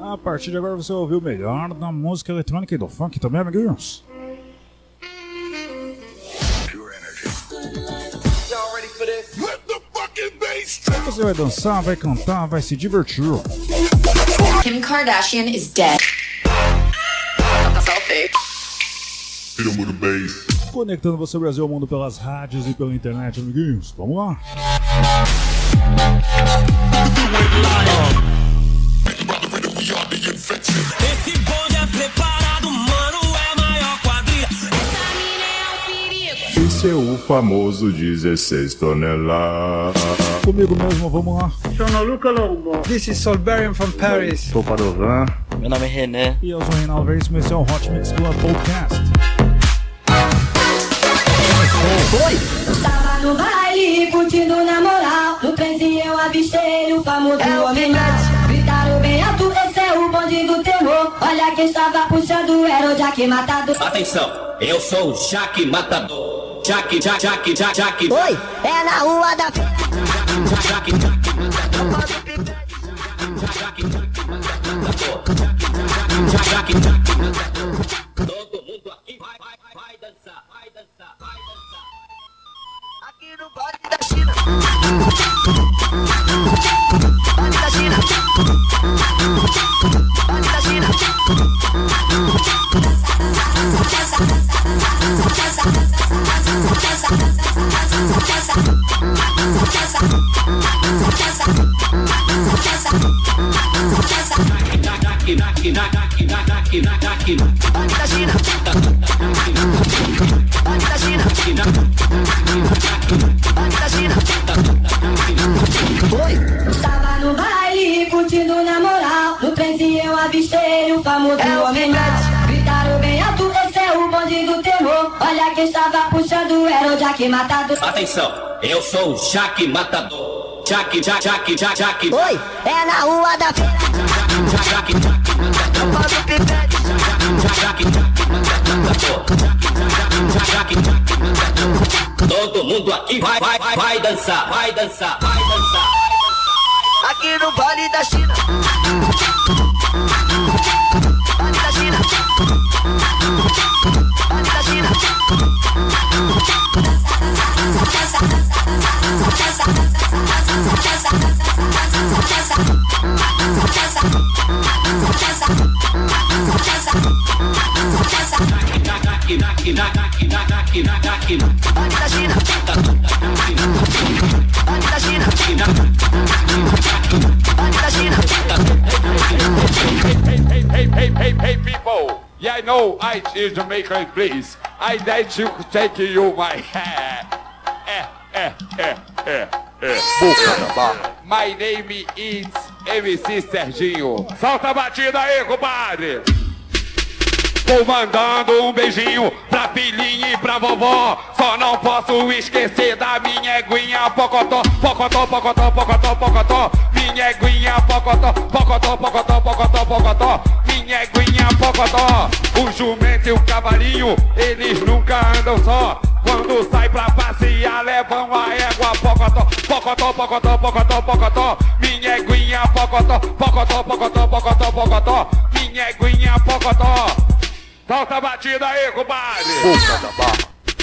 A partir de agora você vai ouvir o melhor da música eletrônica e do funk também, amiguinhos. Você vai dançar, vai cantar, vai se divertir. Kim Kardashian is dead. Selfie. Conectando você, Brasil, ao mundo pelas rádios e pela internet, amiguinhos. Vamos lá. Esse bonde é preparado, mano, é maior quadrilha. Essa mina é um perigo. Esse é o famoso 16 toneladas. Comigo mesmo, vamos lá. Sono Luca Lobo. This is Solberian from Paris. Sou Padovan. Meu nome é René. E eu sou o Reinaldo Veríssimo, esse é o Hot Mix Club Podcast. Oi! Eu tava no baile, curtindo na moral. No trenzinho eu avistei o famoso homem mal. Gritaram bem alto, esse é o bonde do terror. Olha quem estava puxando, era o Jack Matador. Atenção, eu sou o Jack Matador. Jack. Oi, é na rua da feira. Jack. Todo mundo aqui vai dançar. Aqui no Vale da China. Vale da China. Vale da China. Oi, eu tava no baile, curtindo na moral. No trenzinho eu avistei o famoso homem mal. Gritaram bem alto, esse é o bonde do terror. Olha quem estava puxando, era o Jack Matador. Atenção, eu sou o Jack Matador. Jack. Oi, é na rua da feira. Jack. Todo mundo aqui vai dançar. Aqui no Vale da China. Vale da China. Vale da China. Hey people, yeah I know I is Jamaican please. I like to take you my hair. Boca da barra. My name is MC Serginho. Solta a batida aí, compadre. Vou mandando um beijinho pra filhinha e pra vovó. Só não posso esquecer da minha eguinha pocotó. Minha eguinha pocotó. Minha eguinha pocotó. O jumento e o cavalinho, eles nunca andam só. Quando sai pra passear, levam a égua pocotó. Minha eguinha pocotó. Minha eguinha pocotó. Solta a batida aí, compadre! Boca da barra.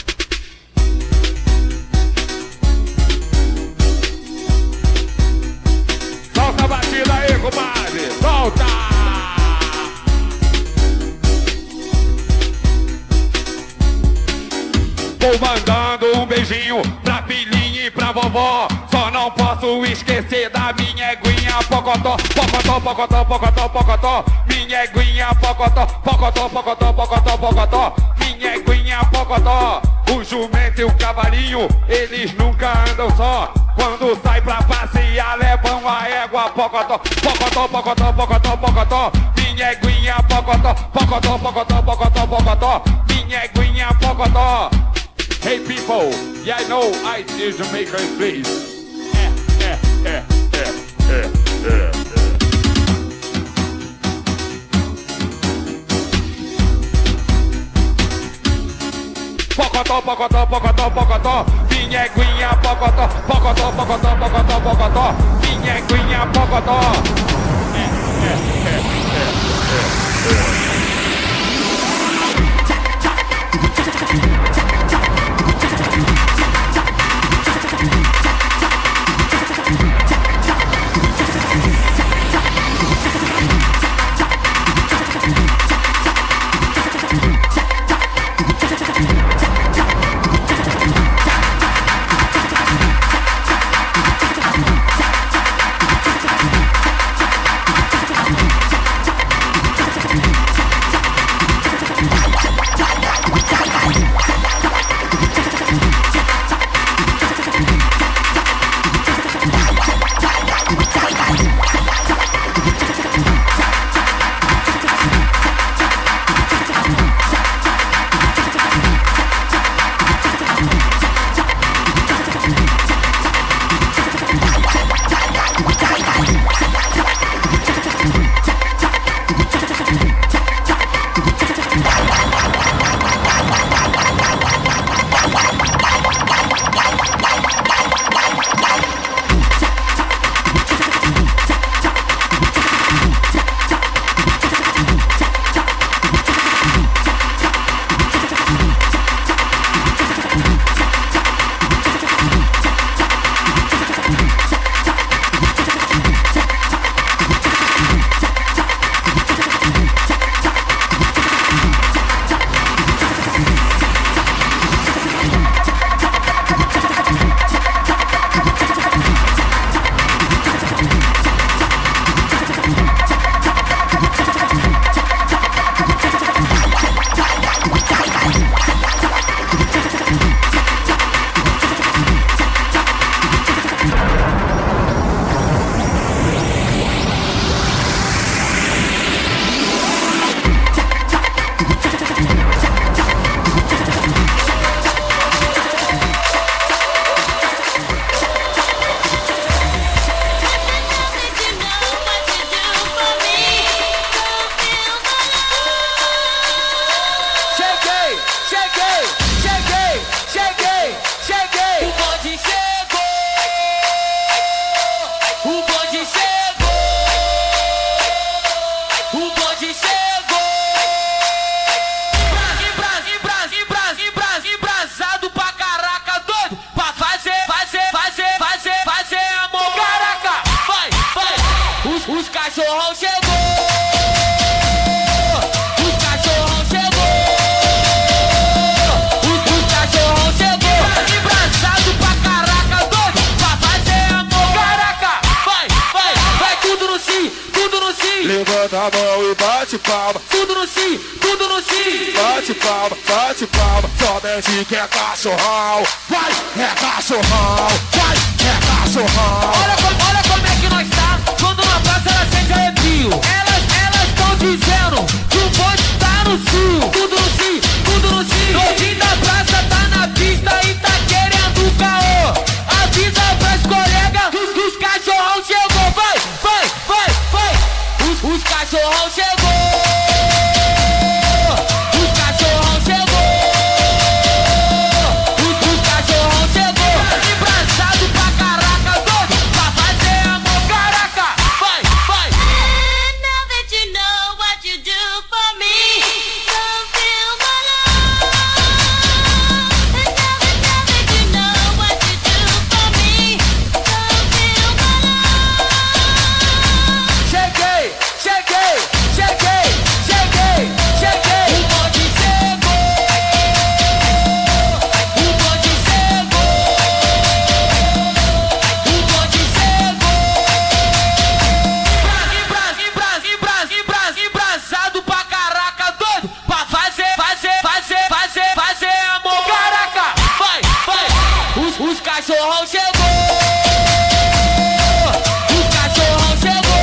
Solta a batida aí, compadre! Solta! Vou mandando um beijinho pra filhinha e pra vovó. Só não posso esquecer da minha eguinha pocotó. Minha eguinha pocotó. Minha eguinha pocotó. O jumento e o cavalinho, eles nunca andam só. Quando sai pra passear, levam a égua pocotó. Minha eguinha pocotó. Minha eguinha pocotó. Hey people, yeah I know I is Jamaican please. Pocotó. Minha eguinha pocotó. Minha eguinha pocotó. Levanta a mão e bate palma. Tudo no sim, tudo no sim. Bate palma, só mexe que é cachorrão. Vai, é cachorrão. Vai, é cachorrão. Olha como é que nós tá. Quando na praça ela sente arrepio. Elas tão dizendo que o bonde tá no cio. Tudo no sim, tudo no sim. Novinho da praça tá na pista e tá querendo caô. Avisa pras colegas que os cachorrão chegou. Vai. Os cachorrão chegou. Os cachorrão chegou. Os cachorrão chegou. Embraçado pra caraca, doido pra fazer amor, caraca. Vai. And now that you know what you do for me, come feel my love. And now that you know what you do for me, come feel my love. Cheguei. O bonde chegou. O bonde chegou. O bonde chegou. Embrasado pra caraca, doido pra fazer amor, caraca. Vai. Os cachorrão chegou. Os cachorrão chegou.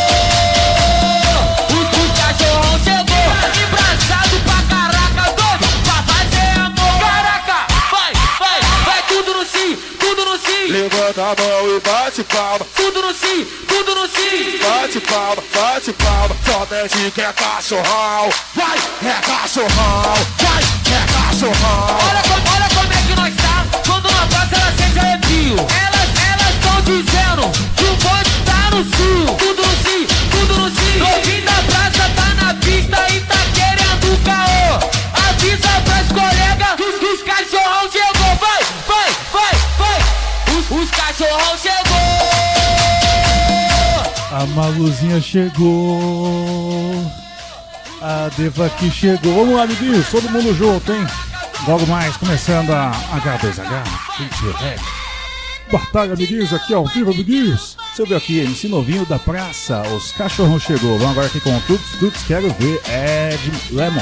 Os cachorrão chegou. Embraçado pra caraca, doido pra fazer amor, caraca. Vai tudo no sim, tudo no sim. Levanta a mão e bate palma. Tudo no sim, tudo no sim. Bate palma, só mexe que é cachorrão. Vai, é cachorrão. Vai, é cachorrão. Olha como é que nós tá. Quando na praça ela sente arrepio. Elas tão dizendo que o bonde tá no cio. Tudo no sim, tudo no sim. Novinho da praça tá na cachorrão chegou. A Maluzinha chegou. A Deva aqui chegou. Vamos lá, amiguinhos, todo mundo junto, hein? Logo mais, começando a H2H. Boa tarde, amiguinhos, aqui ao vivo, amiguinhos. Você viu aqui, MC Novinho da Praça, os cachorrão chegou. Vamos agora aqui com o Tuts, quero ver Ed Lemon.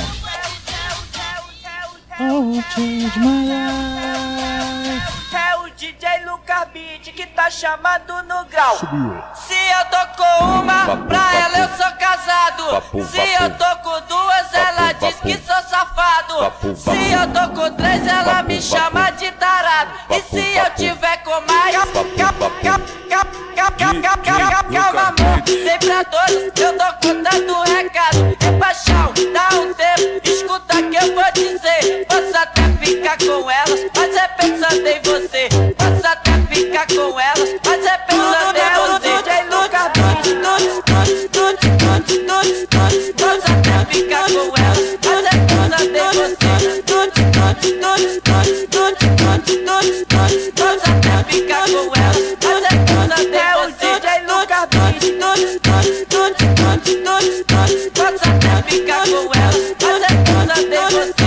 Oh, change my life. É o DJ Lucas Beat que tá chamando no grau. Subiu. Se eu tô com uma, pra ela eu sou casado. Se eu tô com duas, ela diz que sou safado. Se eu tô com três, ela me chama de tarado. E se eu tiver com mais, calma, amor, vem pra todos, eu tô contando um recado. É paixão, dá um tempo, escuta que eu vou dizer. Posso até ficar com elas, mas é pensando em você. Posso até ficar com elas, mas é pensando em você. DJ Lucas, posso até ficar com elas, mas é pensando em você. Posso até ficar com elas, mas é pensando em você. DJ Lucas, posso até ficar com elas, mas é pensando em você.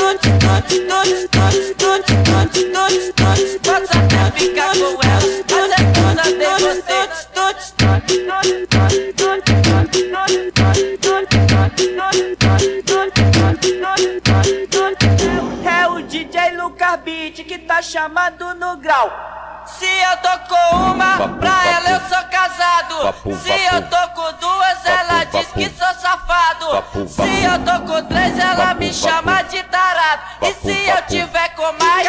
Posso até ficar com elas, mas é pensando em você. É o DJ Lucas Beat que tá chamando no grau. Se eu tô com uma, pra ela eu sou casado. Se eu tô com duas, ela diz que sou safado. Se eu tô com três, ela me chama de tarado. E se eu tiver com mais,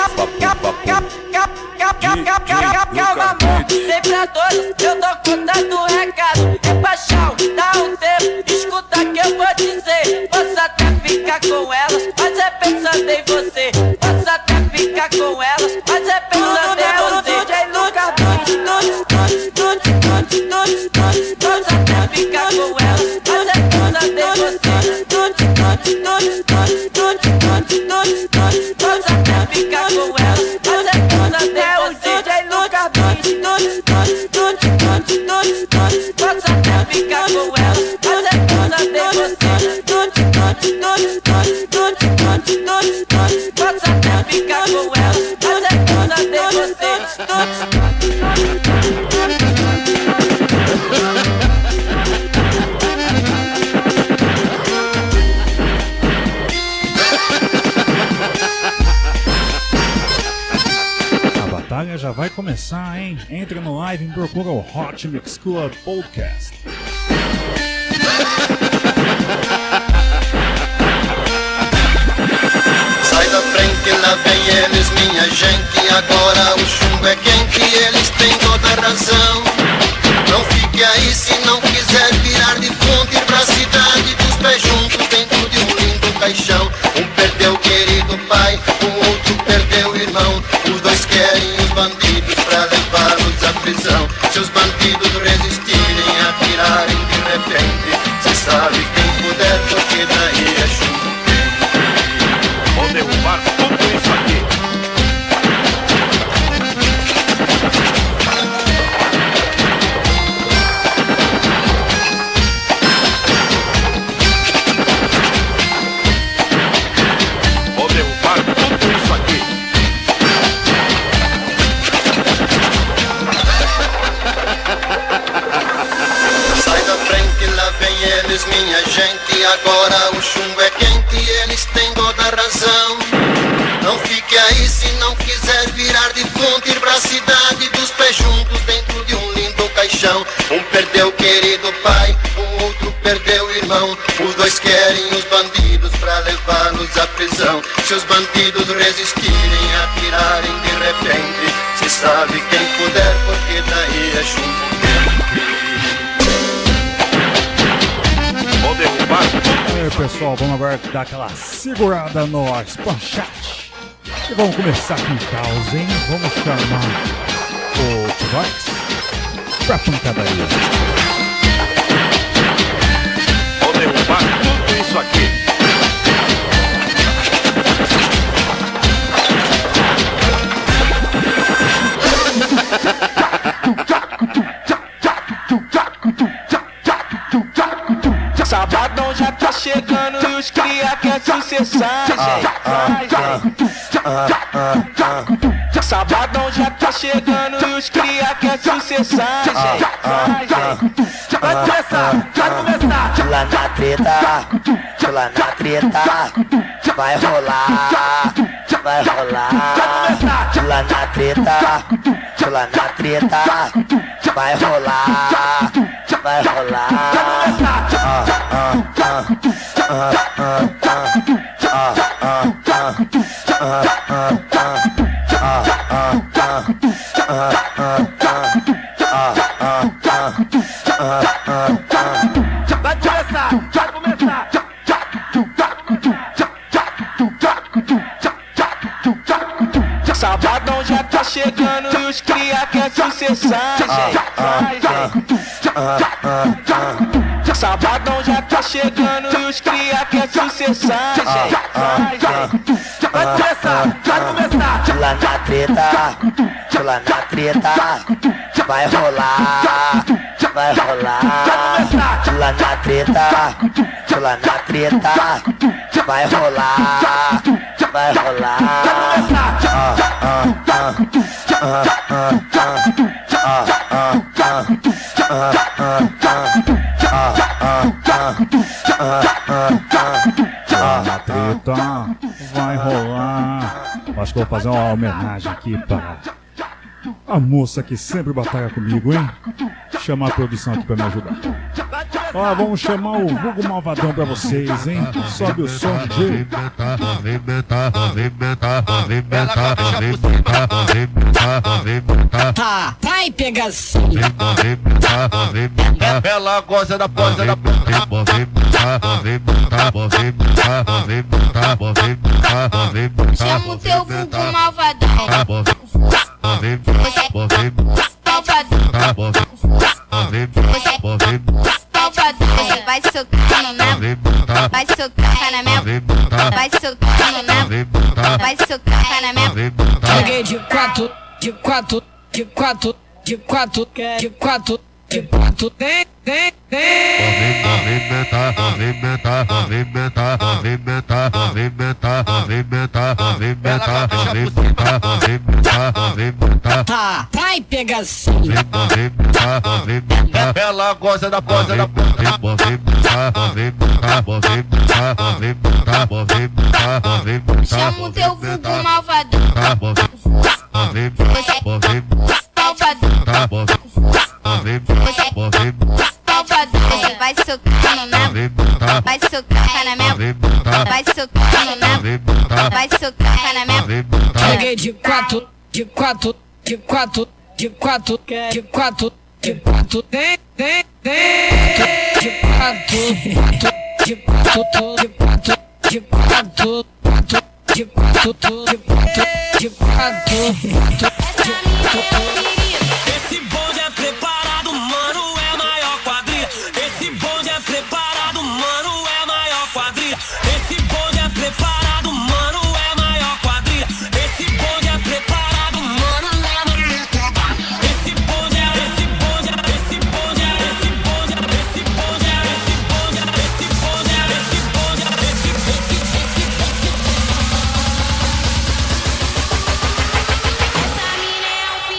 calma, amor, vem pra todos, eu tô contando um recado. É paixão, dá um tempo, escuta que eu vou dizer. Posso até ficar com elas, mas é pensando em você. Posso até ficar com elas, mas é pensando em você. DJ Lucas, posso até ficar com elas, mas é pensando em você. Posso até ficar com elas, mas é pensando em você. DJ Lucas, posso até ficar com elas, mas é pensando em você. Posso até ficar com elas, mas é pensando em você. A batalha já vai começar, hein? Entre no live e procura o Hot Mix Club Podcast. Sai da frente, lá vem eles, minha gente. Agora o chumbo é quente e eles têm toda a razão. Não fique aí se não quiser virar de ponte, ir pra cidade dos pés juntos dentro de um lindo caixão. Um perdeu o querido pai, o outro perdeu o irmão. Os dois querem os bandidos pra levá-los à prisão. Se os bandidos resistirem, atirarem de repente, cê sabe quem puder, porque daí é chumbo. Vou derrubar tudo isso aqui. Vou derrubar tudo isso aqui. Sai da frente, lá vem eles, minha gente. Agora o chumbo é quente e eles têm toda a razão. Não fique aí se não quiser virar de ponte, ir pra cidade dos pés juntos dentro de um lindo caixão. Um perdeu o querido pai, o outro perdeu o irmão. Os dois querem os bandidos pra levá-los à prisão. Se os bandidos resistirem, atirarem de repente, se sabe quem puder, porque daí é chumbo quente. Vou derrubar tudo. E aí, pessoal, vamos agora dar aquela segurada no Spanchate. E vamos começar com o caos, hein? Vamos chamar o T-Vox pra pancadaria. Vou derrubar tudo isso aqui. cria quer sucessagem. Sabadão já tá chegando e os cria quer sucessagem. Vai começar, vai começar. Lá na treta, lá na treta, vai rolar, vai rolar. Lá na treta, lá na treta, vai rolar, vai rolar. Vai começar, vai começar. Sabadão já tá chegando e os cria quer sucessagem. Sabadão já tá chegando e os cria quer sucessagem. Vai começar, vai começar. Lá na treta, lá na treta, vai rolar, vai rolar. Lá na treta, lá na treta, vai rolar, vai rolar. Lá na treta, vai rolar. Acho que vou fazer uma homenagem aqui para a moça que sempre batalha comigo, hein? Chamar a produção aqui pra me ajudar. Ó, vamos chamar o vulgo malvadão pra vocês, hein? Sobe o som, DJ. Tá, vai pegação. Ela gosta da posa da chama o teu vulgo malvadão. Você vai socar no meu, vai socar na minha, vai socar no meu, vai socar na minha. Cheguei de quatro, de quatro, de quatro, de quatro, de quatro, de quatro, tem. Tá, vai pegação. Ela gosta da posa da chama o teu vulgo malvadão. Você vai socar no meu, vai socar na minha, vai socar no meu, vai socar na minha. Cheguei de quatro, de quatro, de quatro, de quatro, de quatro, de quatro, tem. De quatro, de quatro, de quatro, de quatro, de quatro, de quatro, Esse bonde é preparado, mano, é maior quadrilha. Esse bonde é preparado, mano, é maior quadrilha. Esse bonde é preparado, mano, é maior quadrilha. Esse bonde é preparado, mano, é maior quadrilha. Esse bonde é, esse bonde é, esse bonde é, esse bonde é, esse bonde é, esse bonde é, esse bonde é, esse bonde é, esse. Essa mina é um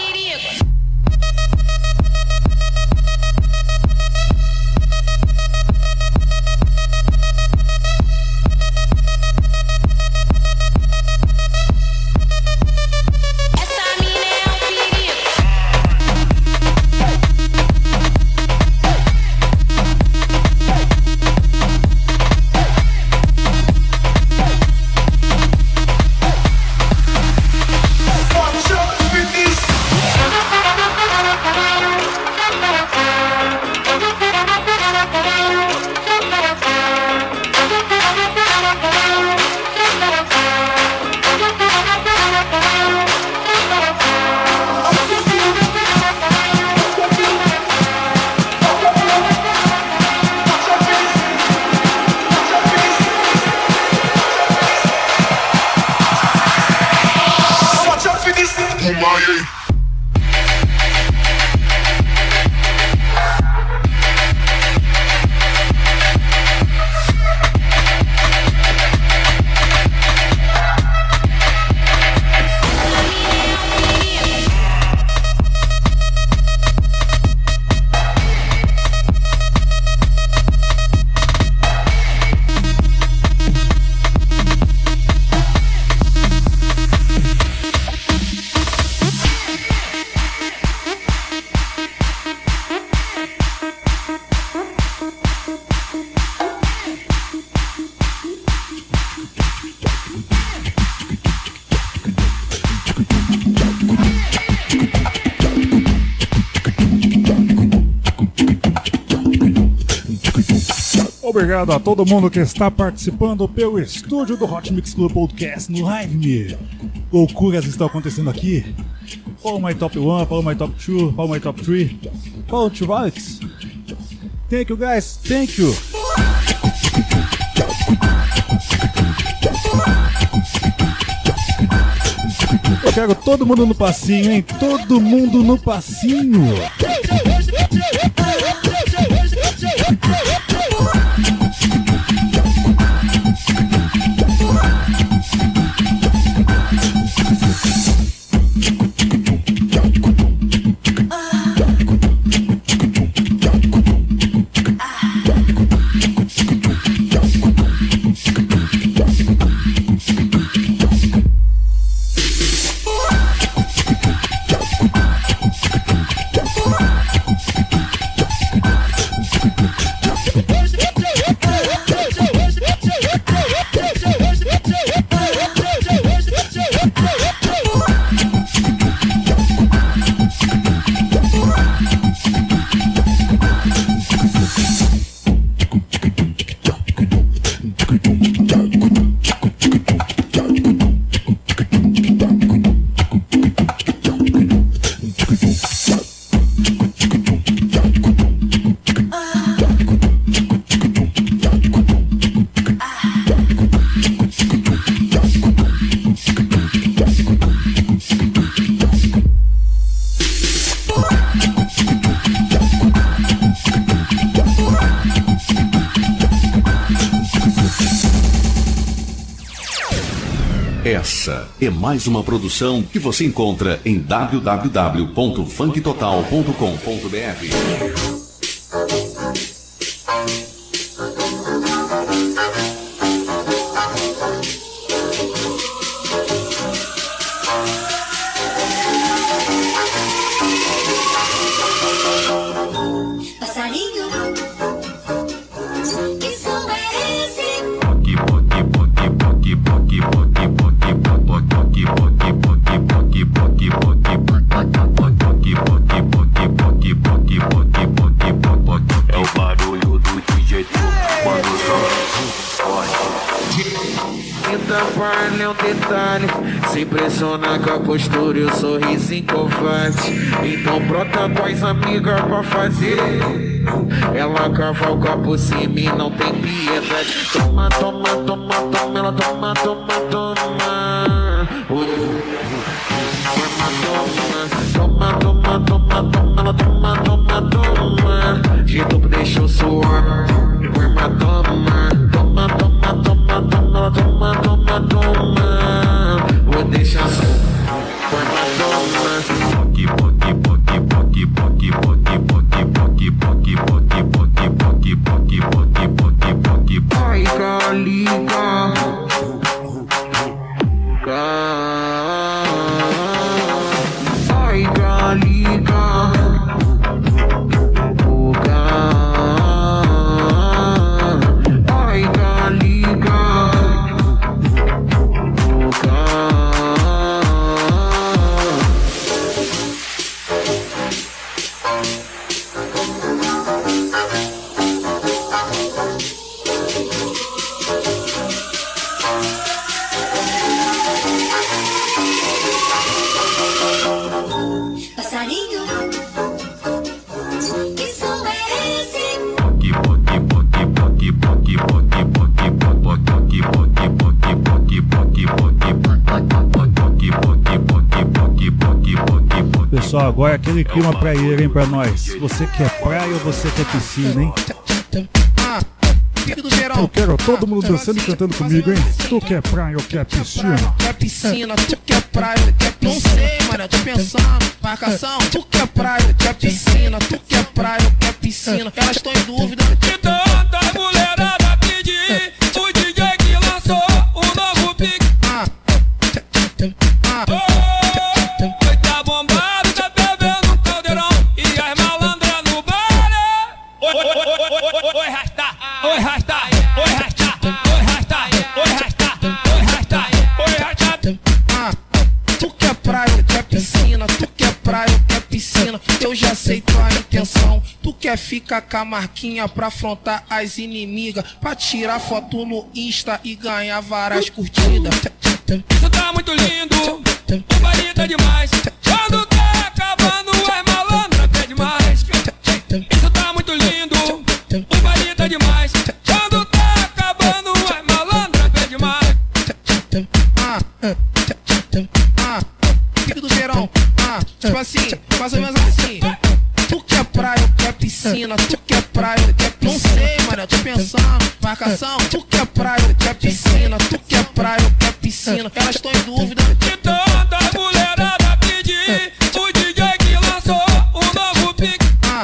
Obrigado a todo mundo que está participando pelo estúdio do Hot Mix Club Podcast no Live Me. Loucuras estão acontecendo aqui. Follow my top 1, follow my top 2, follow my top 3. Follow to Alex. Thank you guys, thank you. Eu quero todo mundo no passinho, hein? Todo mundo no passinho. Essa é mais uma produção que você encontra em www.funktotal.com.br. Se impressiona com a postura e o sorriso covarde. Então brota com as amigas pra fazer. Ela cavalga por cima e não tem piedade. Toma, toma, toma, toma, ela toma, toma, toma. Toma, toma, toma, toma, ela toma, toma, toma. De tudo deixa o suor. Toma, toma, toma, toma, toma, toma, ela toma, toma, toma. Vou deixar só. Toma, toma. Ai, Calica. Ai, Calica. Pessoal, agora é aquele clima praieiro, hein, pra nós. Você quer praia ou você quer piscina, hein? Eu quero todo mundo dançando e cantando comigo, hein? Tu quer praia ou quer piscina? Quer piscina, tu quer praia, quer piscina. Não sei, mano, tô pensando, marcação. Tu quer praia, quer piscina, tu quer praia, quer piscina. Elas estão em dúvida. Que tanta mulherada pedir o DJ que lançou o novo pique. Tá bombado, tá bebendo um caldeirão e as malandras no baile. Oi, rasta, oi, rasta, oi, rasta, oi, rasta, oi, rasta, oi, rasta, oi, rasta. Tu quer praia, quer piscina, tu quer praia, quer piscina. piscina, eu já sei tua intenção. Tu quer ficar com a marquinha pra afrontar as inimigas, pra tirar foto no Insta e ganhar várias curtidas. Isso tá muito lindo, o baile tá demais. Quando tá acabando as malandras pede mais. Isso tá muito lindo, o baile tá demais. Quando tá acabando as malandras pede mais. Pico do verão, tipo assim, mais ou menos assim. Tu quer praia, eu quer piscina. Tu quer praia, eu quer piscina. Não sei, mano, eu tô pensando, marcação. Tu quer praia, eu quer piscina. Tu quer praia, eu quer piscina. Elas estão em dúvida. De tanta mulherada pedir, o DJ que lançou o novo pique.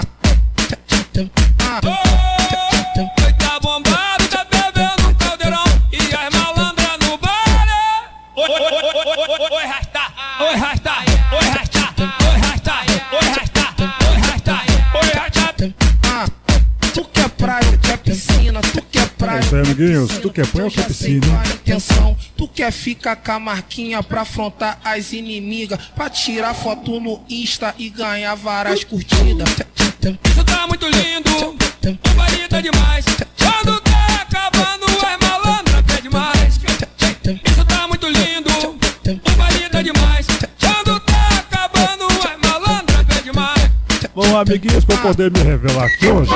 Tá bombado, tá bebendo um caldeirão e as malandras no baile. Oi, rasta, oi, rasta, oi, rasta, oi, rasta, oi, rasta, oi, rasta, oi, rasta. Tu quer praia, eu quer piscina. Tu quer praia. É isso aí, amiguinhos. Tu quer praia, eu quer piscina. Intenção. Tu quer ficar com a marquinha pra afrontar as inimigas, pra tirar foto no Insta e ganhar várias curtidas. Isso tá muito lindo, o baile tá demais. Quando tá acabando as malandras pede mais. Isso tá muito lindo, o baile tá demais. Quando tá acabando as malandras pede mais. Bom, amiguinhos, pra eu poder me revelar aqui hoje.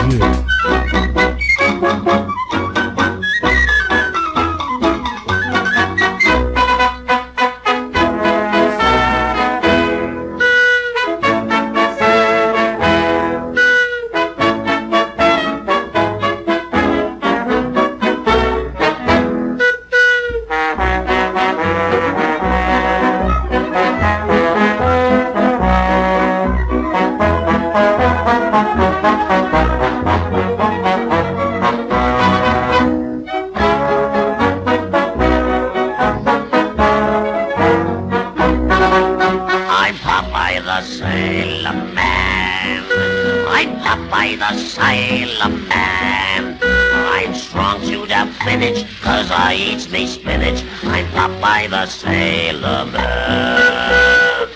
The Sailor Man.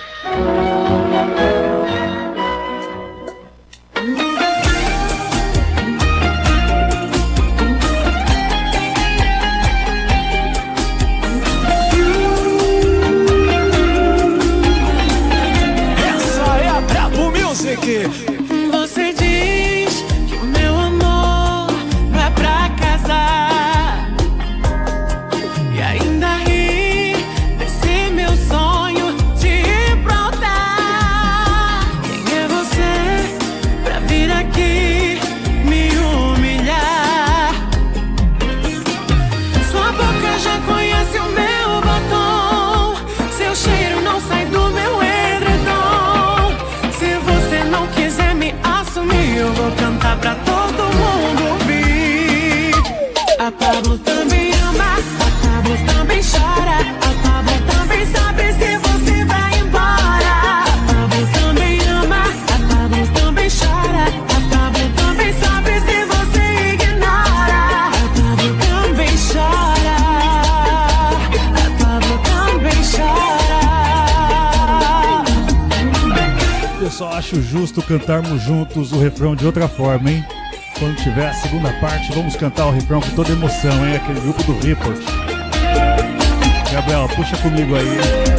Essa é a Bravo Music. Você diz que o meu amor não é pra casar e ainda ri desse meu sonho de improntar. Quem é você pra vir aqui me humilhar? Sua boca já conhece o meu batom, seu cheiro não sai do meu edredom. Se você não quiser me assumir, eu vou cantar pra todo mundo ouvir. A Pablo também ama, a Pablo também chora, a Pablo também sabe se você vai embora. A Pablo também ama, a Pablo também chora, a Pablo também sabe se você ignora. A Pablo também chora, a Pablo também chora. Eu só acho justo cantarmos juntos o refrão de outra forma, hein? Quando tiver a segunda parte, vamos cantar o refrão com toda emoção, hein? Aquele grupo do Report. Gabriel, puxa comigo aí.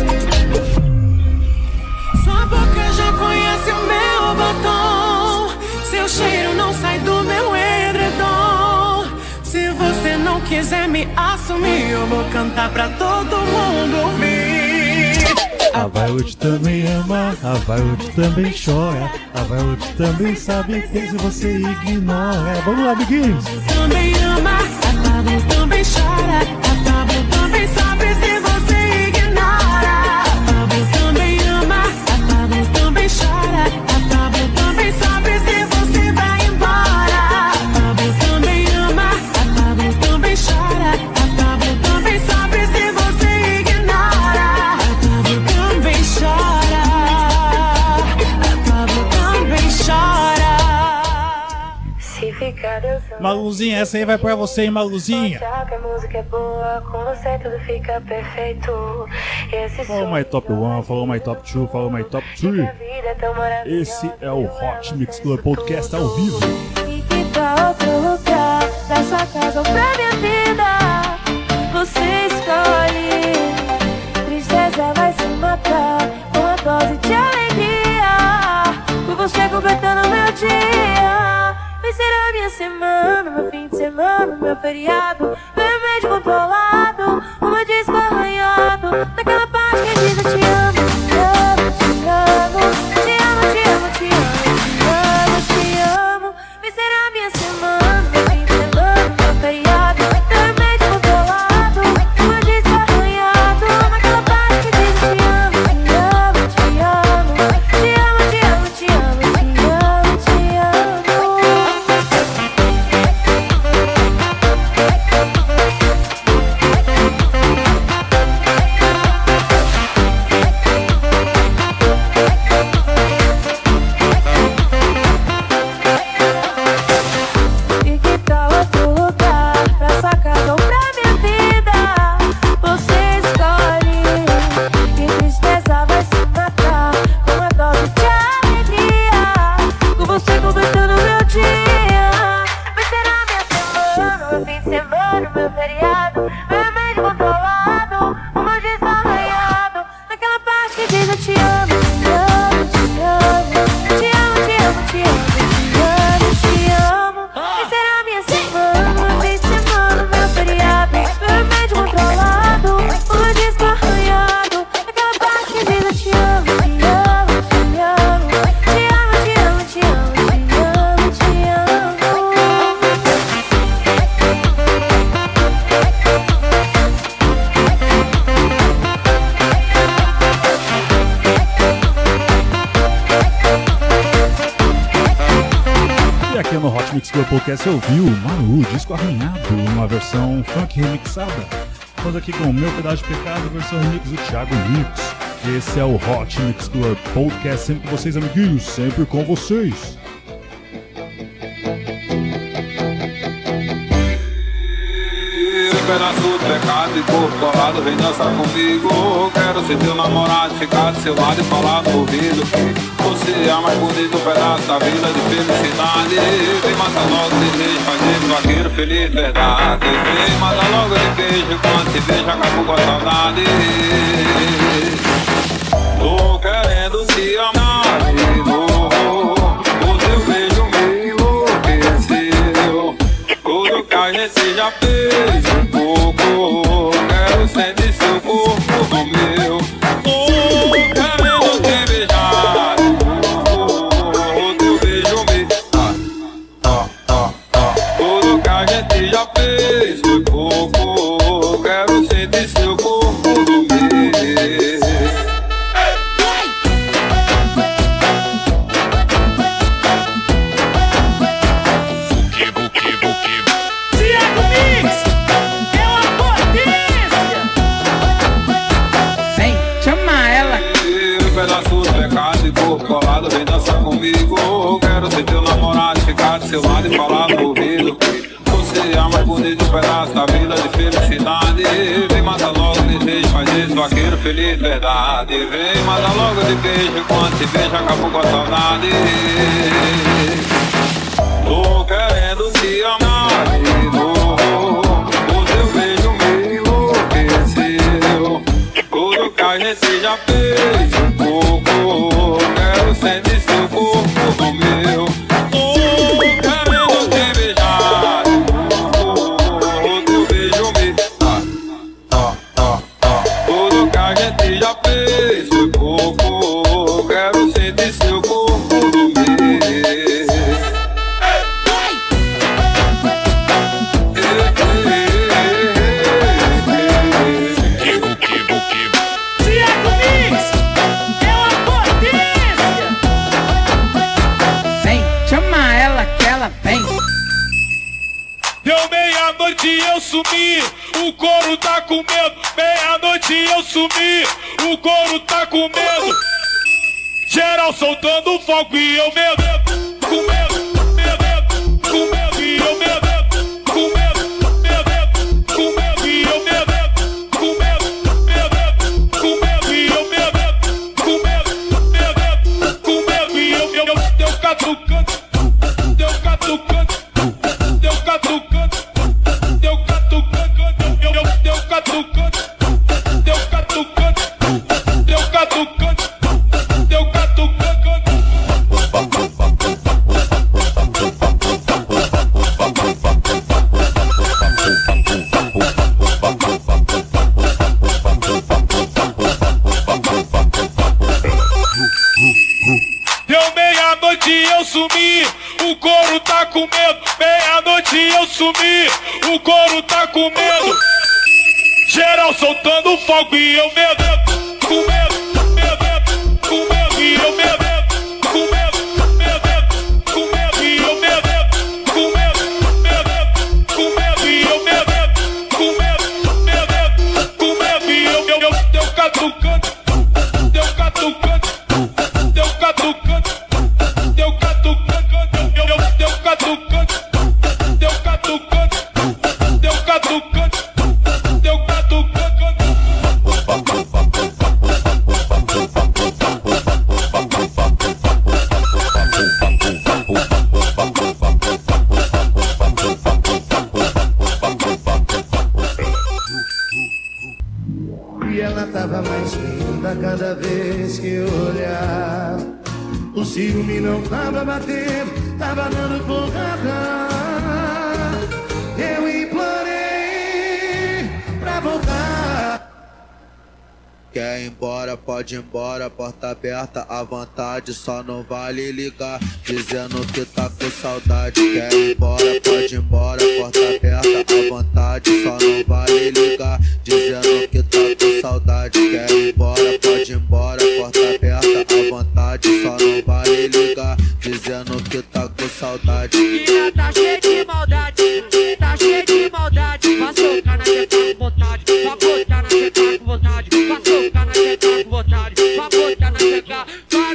Sua boca já conhece o meu batom, seu cheiro não sai do meu edredom. Se você não quiser me assumir, eu vou cantar pra todo mundo ouvir. A Violet também ama, a Violet também chora, a Violet também sabe que se você ignora. Vamos lá, amiguinhos. Também ama, a Pablo também chora, a Pablo também sabe se você ignora. A Pablo também ama, a Pablo também chora, a Pablo também sabe se você vai embora. A Pablo também ama, a Pablo também chora, a Pablo também sabe se você ignora. A Pablo também chora, a Pablo também chora. Se fica dançando. Maluzinha, essa aí vai pra você, hein, Maluzinha. Já que a música é boa, com você tudo fica perfeito. Follow my top 1, follow my top 2, follow my top 3. Esse é o Hot Mix Club Podcast ao vivo. E que pra outro lugar, pra sua casa ou pra minha vida, você escolhe. Tristeza vai se matar com uma dose de alegria. Por você completando meu dia. Vai ser a minha semana, meu fim de semana, meu feriado. Meu remédio controlado, uma disco arranhado. Naquela parte que diz eu te amo, te amo, te amo. Te amo, te amo, te amo, te amo. Vai ser a minha semana, meu fim de semana, meu feriado. Meu remédio controlado, uma disco arranhado. Naquela parte que diz eu te amo, te amo, te amo. Te amo, te amo, te amo, te amo, te amo. E que tal outro lugar, pra sua casa ou pra minha vida, você escolhe. Que tristeza vai se matar com uma dose de alegria. Com você completando meu dia. Vai ser a minha semana, meu fim de semana, meu feriado. Meu remédio controlado, uma disco arranhado. Naquela parte que diz eu te amo, te amo, te amo. Te amo, te amo, te amo, te amo. Vai ser a minha semana, meu fim de semana, meu feriado. Meu remédio controlado, uma disco arranhado. Naquela parte que diz eu te amo, te amo, te amo. Te amo, te amo, te amo, te amo, te amo. E aqui no Hot Mix Club Podcast eu ouvi o Malu, disco arranhado, uma versão funk remixada. Estamos aqui com o Meu Pedaço de Pecado, versão remix do Thiago Mix. Esse é o Hot Mix Club Podcast, sempre com vocês, amiguinhos, sempre com vocês. Pedaço do pecado e corpo colado, vem dançar comigo. Quero ser teu namorado, ficar do seu lado e falar no ouvido que você é o mais bonito pedaço da vida de felicidade. Vem matar logo de beijo, fazer esse vaqueiro feliz, verdade. Vem matar logo de beijo, quando te vejo acabo com a saudade. Tô querendo te amar de novo, o teu beijo me enlouqueceu. Tudo que a gente já fez um pouco, quero sentir seu corpo no meu. Tô querendo te beijar, o teu beijo me... Tudo que a gente já fez foi pouco, quero sentir seu corpo no meu. Thiago Mix é uma potência. Vem, chama ela. Pedaço do pecado e corpo colado, vem dançar comigo. Quero ser teu namorado, ficar do seu lado e falar no ouvido que você é o mais bonito pedaço da vida de felicidade. Vem matar logo de beijo, faz esse vaqueiro feliz, verdade. Vem matar logo de beijo, quando te vejo acabou com a saudade. Tô querendo te amar de novo, o teu beijo me enlouqueceu. Tudo que a gente já fez um pouco, quero sentir seu corpo no meu. Tô querendo te beijar, o teu beijo me... Tudo que a gente já fez foi pouco, quero sentir seu corpo no meu. Thiago Mix é uma potência. Vem, chama ela que ela vem. Deu meia-noite e eu sumi, o couro tá com medo. Meia-noite e eu sumi, o couro tá com medo. Geral soltando fogo e eu medo, com medo, com medo. Deu meia-noite eu sumi, o couro tá com medo. Meia-noite eu sumi, o couro tá com medo. Geral soltando fogo e eu medo, com medo, medo, com medo e eu medo, com medo, medo, com medo e eu medo, com medo, medo, com medo e eu medo, com medo, medo, com medo e eu deu catucando, deu catucando, deu catucando, deu catucando, deu catucando, deu catucando, deu catucando. E ela tava mais linda cada vez que eu olhava. O ciúme não tava batendo, tava dando porrada. Eu implorei pra voltar. Quer ir embora, pode ir embora, porta aberta à vontade, só não vale ligar, dizendo que tá com saudade. Quer ir embora, pode ir embora, porta aberta à vontade, só não vale ligar, dizendo que tá com saudade. Quer ir embora, pode ir embora, porta aberta à vontade, só não vale ligar, dizendo que tá com saudade. Mina tá cheia de maldade, tá cheia de maldade, vai socar na teta com vontade, vai botar na teta com vontade, vai socar na teta com vontade, vai botar na teta,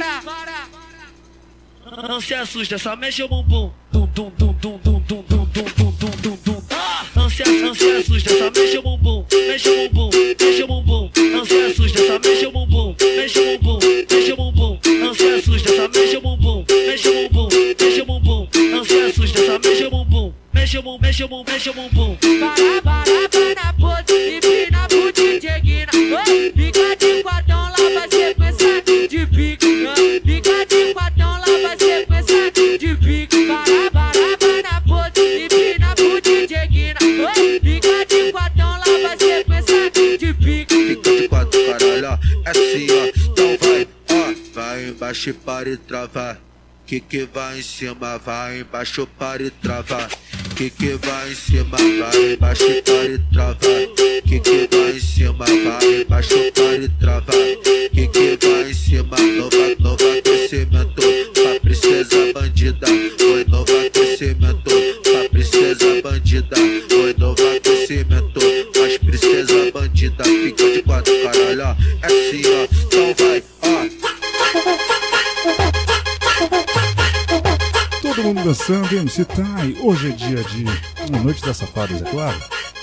para. Não se assusta, só mexe o bumbum, dum dum dum dum dum dum dum dum dum dum dum dum. Não se assusta, só mexe o bumbum, mexe o bumbum, mexe o bumbum. Não se assusta, só mexe o bumbum, mexe o bumbum, mexe o bumbum. Não se assusta, só mexe o bumbum, mexe o bumbum, mexe o bumbum. Não se assusta, só mexe o bumbum, mexe o bumbum, mexe o bumbum, mexe o bumbum. Para, pose, empina pro DJ Guina. Fica de quatão, lá vai sequência de pique. Fica de quatão, lá vai sequência de pique. Para, pose, empina pro DJ Guina. Fica de quatão, lá vai sequência de pique. Fica de quatro, caralho, ó, é assim, ó. Então vai, ó, vai embaixo e para e travar. Que vai em cima, vai embaixo, para e travar. Que vai em cima, vai embaixo, para e travar. Que vai em cima, vai embaixo, para e travar. Que vai em cima, novo aquecimento pra princesa bandida. Foi novo aquecimento pra princesa bandida. Foi novo aquecimento, mas princesa bandida. Fica de quatro, caralho, ó, é assim, ó. Então vai, ó. Todo mundo dançando, MC Tai. Hoje é dia de uma noite das safadas, é claro.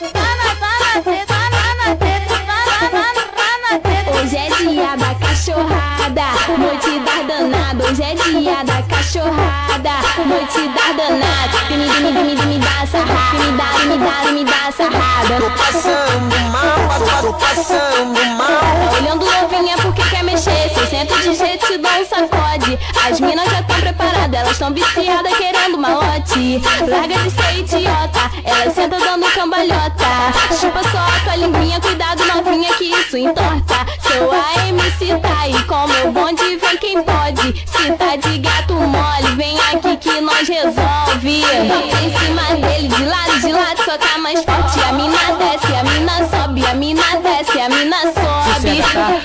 Hoje é dia da cachorrada, noite das danadas. Hoje é dia da cachorrada, noite das danadas. Me dá sarrada, me dá sarrada. Tô passando mal, tô passando mal. Olhando novinha porque quer mexer, 600 de jeito te dá um sacode. As minas já tão preparadas, elas tão viciadas querendo malote. Larga de ser idiota, ela senta dando cambalhota. Chupa só a tua linguinha, cuidado novinha que isso entorta. Seu AMC tá aí com meu bonde, vem quem pode. Se tá de gato mole, vem aqui que nós resolve. Bota em cima dele, de lado, só tá mais forte. A mina desce, a mina sobe, a mina desce, a mina sobe.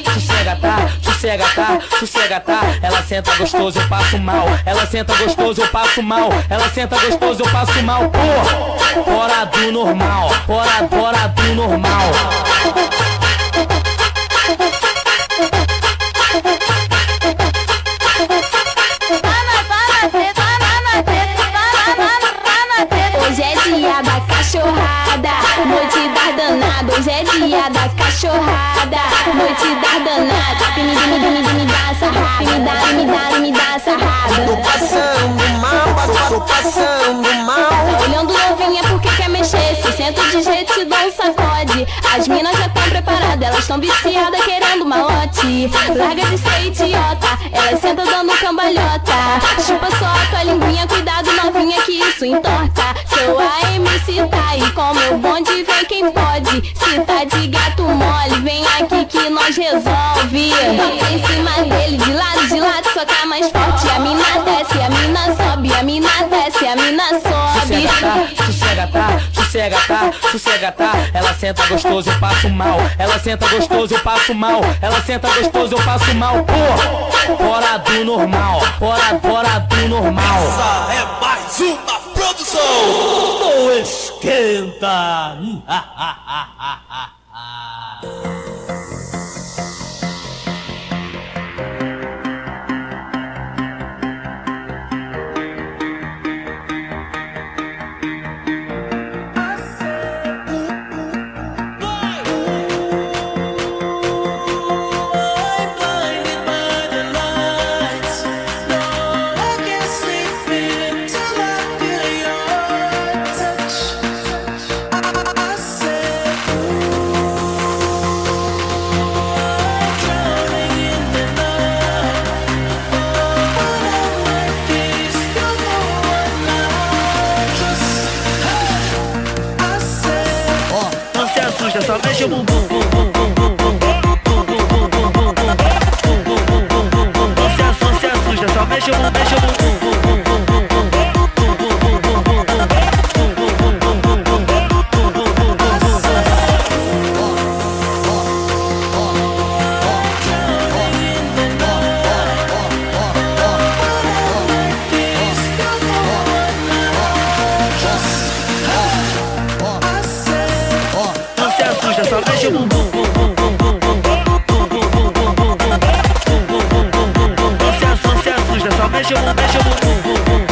Sossega tá. Ela senta gostoso, eu passo mal. Ela senta gostoso, eu passo mal. Ela senta gostoso, eu passo mal. Pô, fora do normal, fora do normal. Hoje é dia da cachorrada, noite das danadas. Hoje é dia da cachorrada, noite das danadas. Me dá sarrada, me dá sarrada. Tô passando mal, tô passando mal. Olhando novinha porque quer mexer, 600 de jeito te dá um sacode. As minas já tão preparadas, elas tão viciadas querendo malote. Larga de ser idiota, ela senta dando cambalhota. Chupa só a tua linguinha, cuidado novinha que que isso importa. Sou a MC tá e com meu bonde vem quem pode. Se tá de gato mole, vem aqui que nós resolve. Toca em cima dele, de lado, soca mais forte. A mina desce, a mina sobe, a mina desce, a mina sobe. Sossega tá. Ela senta gostoso, eu passo mal. Ela senta gostoso, eu passo mal. Ela senta gostoso, eu passo mal. Pô, fora do normal. Fora do normal. Essa é mais uma produção do Esquenta. Só mexe o bumbum. Não se assusta, só mexe o bumbum. Só mexe o bumbum. Não se assusta, só mexe o bumbum.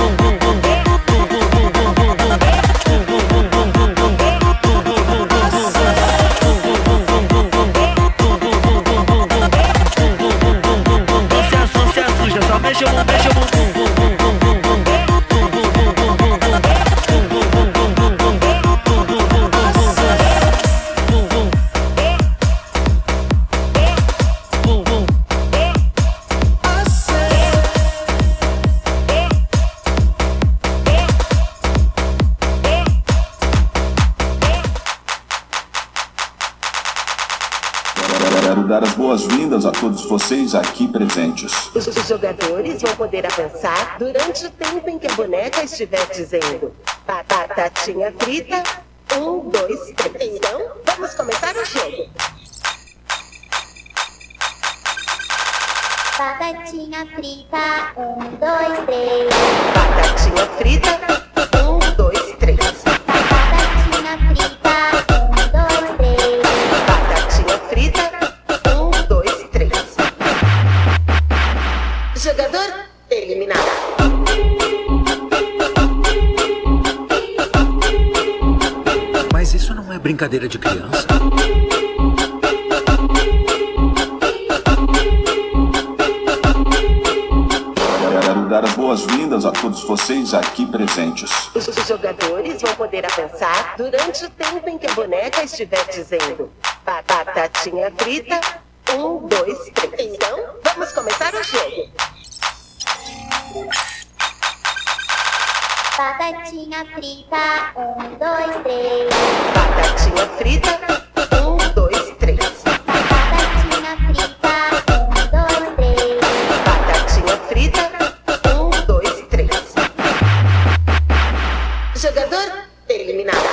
Não se assusta, só mexe o bumbum. Dar as boas-vindas a todos vocês aqui presentes. Os jogadores vão poder avançar durante o tempo em que a boneca estiver dizendo batatinha frita, 1, 2, 3. Então, vamos começar o jogo. Batatinha frita, 1, 2, 3. Batatinha frita, 1, 2, 3. Batatinha frita, 1, 2, 3. Batatinha frita, jogador eliminado. Mas isso não é brincadeira de criança. Quero dar as boas-vindas a todos vocês aqui presentes. Os jogadores vão poder avançar durante o tempo em que a boneca estiver dizendo batatinha frita, 1, 2, 3. Então, vamos começar o jogo. Batatinha frita, 1, 2, 3. Batatinha frita, 1, 2, 3. Batatinha frita, 1, 2, 3. Batatinha frita, 1, 2, 3. Jogador eliminado.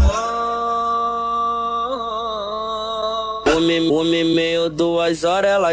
O meio 2 horas ela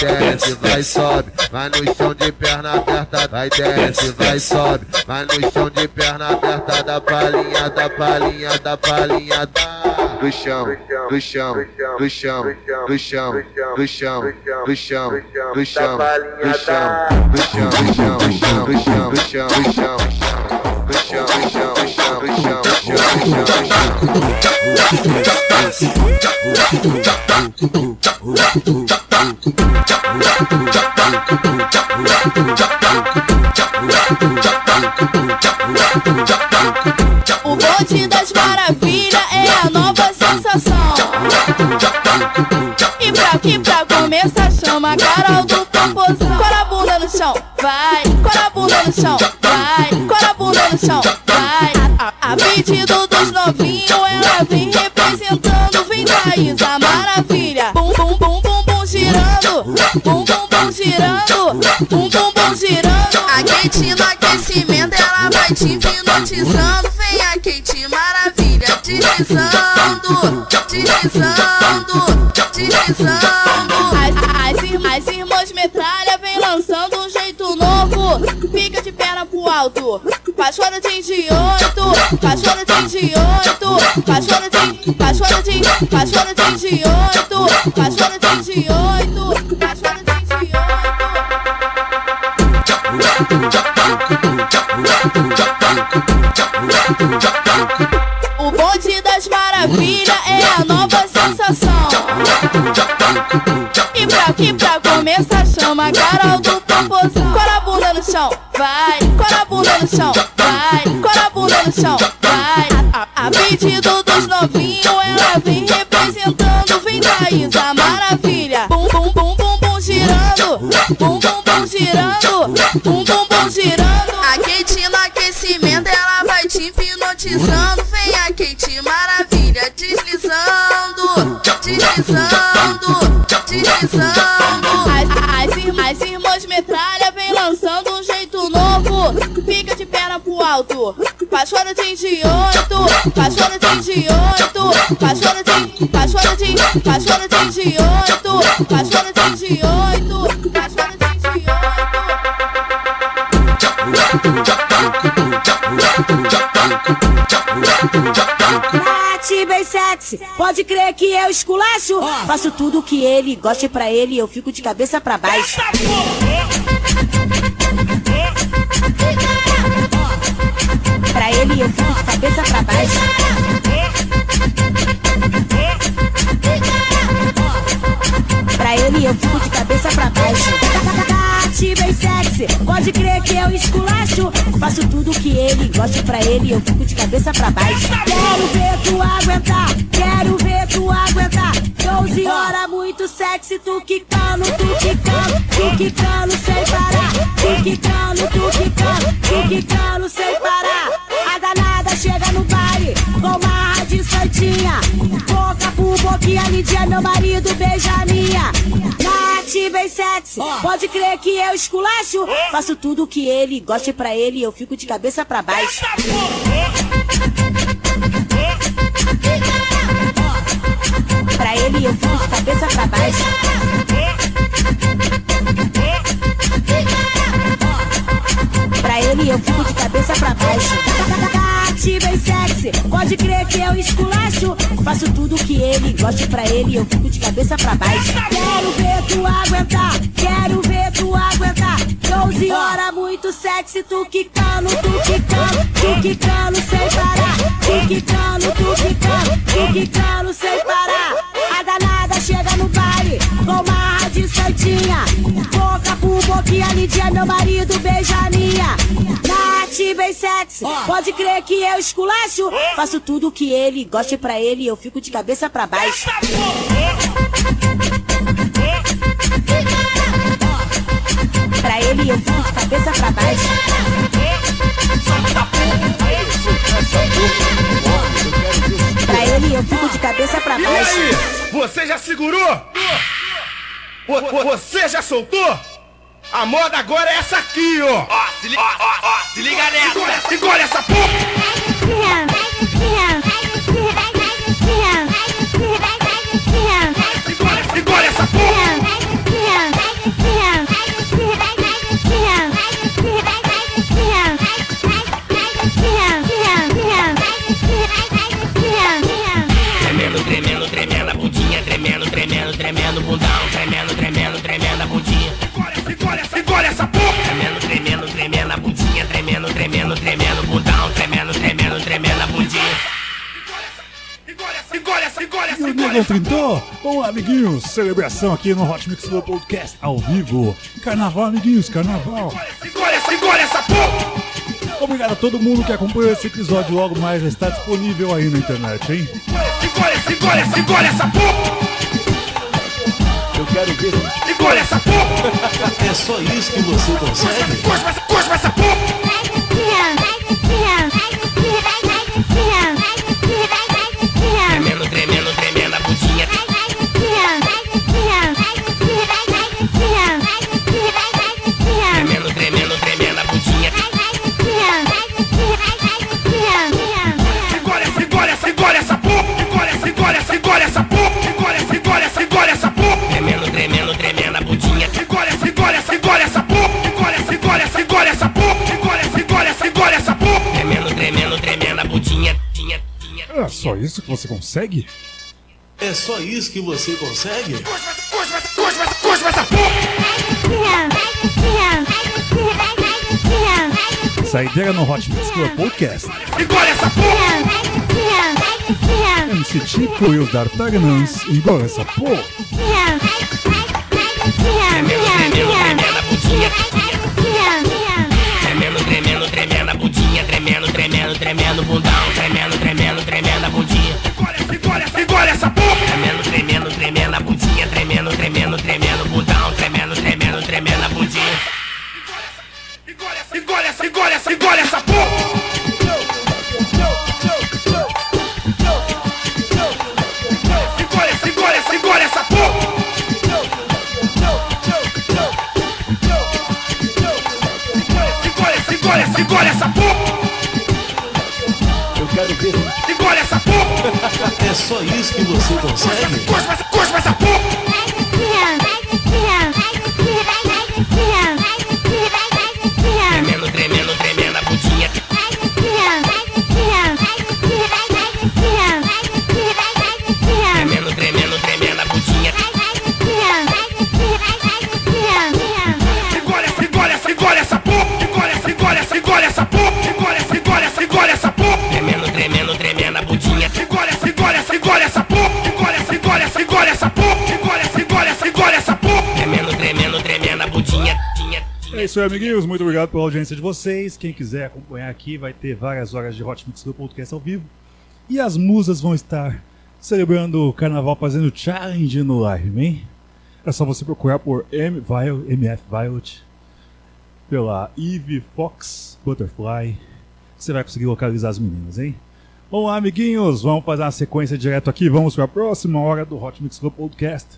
desce, vai sobe, vai no chão de perna aberta, vai desce, vai sobe, vai no chão de perna aberta, da palhinha, da palhinha, da palhinha, do chão, do chão, do chão, do chão, do chão, do chão, do chão, do chão, do chão, do chão, do chão, do chão, do chão, do chão, do chão, do chão, do chão, do chão, do chão, O bonde das maravilhas é a nova sensação. E pra começar chama a Carol do Popozão. Cora a bunda no chão, vai. Cora a bunda no chão, vai. Cora a bunda no chão, vai. A pedido dos novinhos ela vem representando. Vem Thaís, a maravilha. Bum, bum, bum, bum, bum, girando. Bum, bum, bum, girando. Bum, bum, bum, girando. A Kate no aquecimento ela vai te hipnotizando. Vem a Kate maravilha, deslizando, deslizando, deslizando. As irmãs metralha vem lançando um jeito novo. Fica de perna pro alto, paixonadinho de 8, paixonadinho de 8, paixonadinho de 8, paixonadinho de 8, paixonadinho de 8. O bonde das maravilhas é a nova sensação. E pra começar chama a Carol do Popozão. Cora a bunda no chão, vai. Cora a bunda no chão, vai. Cora a bunda no chão, vai. A pedido dos novinhos ela vem representando. Vem Thaís, a maravilha. Bum, bum, bum, bum, bum, girando. Bum, bum, bum, girando. Bum, bum, bum, girando. A Kate no aquecimento ela vai te hipnotizando. Vem a Kate maravilha, deslizando, deslizando, deslizando. As irmãs metralha vem lançando um jeito novo. Fica de perna pro alto, paixonadinho de 8, paixonadinho de 8, paixonadinho, paixonadinho, paixonadinho de 8, paixonadinho de 8, paixonadinho de 8. Bate bem sexy, pode crer que eu esculacho. Faço tudo que ele gosta e pra ele eu fico de cabeça pra baixo. Pra ele eu fico de cabeça pra baixo. Pra ele eu fico de cabeça pra baixo. Bate bem sexy, pode crer que eu esculacho. Faço tudo que ele gosta e pra ele eu fico de cabeça pra baixo. Quero ver tu aguentar, quero ver tu aguentar. 12 horas muito sexy, tu quicando, tu quicando, tu quicando sem parar. Tu quicando, tu quicando, tu quicando sem parar. A danada chega no baile com marra de santinha. Boca por boquinha, Lidia, meu marido, beija a minha. Bate bem sexy, pode crer que eu esculacho. Faço tudo que ele gosta e pra ele eu fico de cabeça pra baixo. Pra ele eu fico de cabeça pra baixo. Pra ele eu fico de cabeça pra baixo. Bate bem sexy, pode crer que eu esculacho. Faço tudo que ele gosta e pra ele eu fico de cabeça pra baixo. Quero ver tu aguentar, quero ver tu aguentar. 12 horas muito sexy, tu quicando, tu quicando, tu quicando sem parar. Tu quicando, tu quicando, tu quicando sem parar. A danada chega no baile com marra de santinha. Boca por boquinha, Lidia, meu marido, beija a minha. Bate bem sexy, pode crer que eu esculacho. Faço tudo que ele gosta e pra ele eu fico de cabeça pra baixo. Pra ele eu fico de cabeça pra baixo. Pra ele eu fico de cabeça pra baixo. E aí, você já segurou? Você já soltou? A moda agora é essa aqui, ó. Se liga nessa. Engole essa porra. Engole essa porra. Tremendo, tremendo, tremendo a bundinha, tremendo, tremendo, tremendo bundão, tremendo, tremendo, tremendo a bundinha. Segura essa porra! Tremendo, tremendo, tremendo a bundinha, tremendo, tremendo, tremendo bundão, tremendo, tremendo, tremendo a bundinha. E o Negão Trintou? Bom, amiguinhos, celebração aqui no Hot Mix Club Podcast ao vivo. Carnaval, amiguinhos, carnaval. Segura essa porra! Obrigado a todo mundo que acompanhou esse episódio. Logo mais já está disponível aí na internet, hein? Segura essa porra! Eu quero ver. Segura essa porra! É só isso que você consegue? Cospa essa porra! Tremendo, tremendo, tremendo a bundinha. Tremendo, tremendo, tremendo a bundinha. Segura essa porra! Segura essa porra! Segura essa porra! Tremendo, tremendo, tremendo a bundinha. Segura essa porra! Segura essa porra! Segura essa porra! Tremendo, tremendo, tremendo a bundinha. É só isso que você consegue? É só isso que você consegue? Cospa essa porra! Saideira no Hot Mix Club Podcast. Segura essa porra! MC Chico e os D'Artagnans. Igual essa porra. Tremendo, tremendo, tremendo a bundinha. Tremendo, tremendo, tremendo a bundinha. Tremendo, tremendo, tremendo bundão. Tremendo, tremendo, tremendo a bundinha. Segura essa porra! Tremendo, tremendo, tremendo a bundinha. Tremendo, tremendo, tremendo bundão. Tremendo, tremendo, tremendo a bundinha. Segura essa porra! Segura essa porra! Segura essa porra! Eu quero ver. Segura essa porra! É só isso que você consegue? Cospa essa porra! Tremendo, tremendo, tremendo a bundinha. Tremendo, tremendo, tremendo a bundinha. Segura essa porra! Segura essa porra! Segura essa porra! Tremendo, tremendo, tremendo a bundinha. Segura essa porra! Segura essa porra! Segura essa porra! Tremendo, tremendo, tremendo a bundinha. É isso aí, amiguinhos. Muito obrigado pela audiência de vocês. Quem quiser acompanhar aqui, vai ter várias horas de Hot Mix Club Podcast ao vivo. E as musas vão estar celebrando o carnaval, fazendo challenge no live, hein? É só você procurar por MF Violet, pela Eve Fox Butterfly. Você vai conseguir localizar as meninas, hein? Vamos lá, amiguinhos. Vamos fazer uma sequência direto aqui. Vamos para a próxima hora do Hot Mix Club Podcast.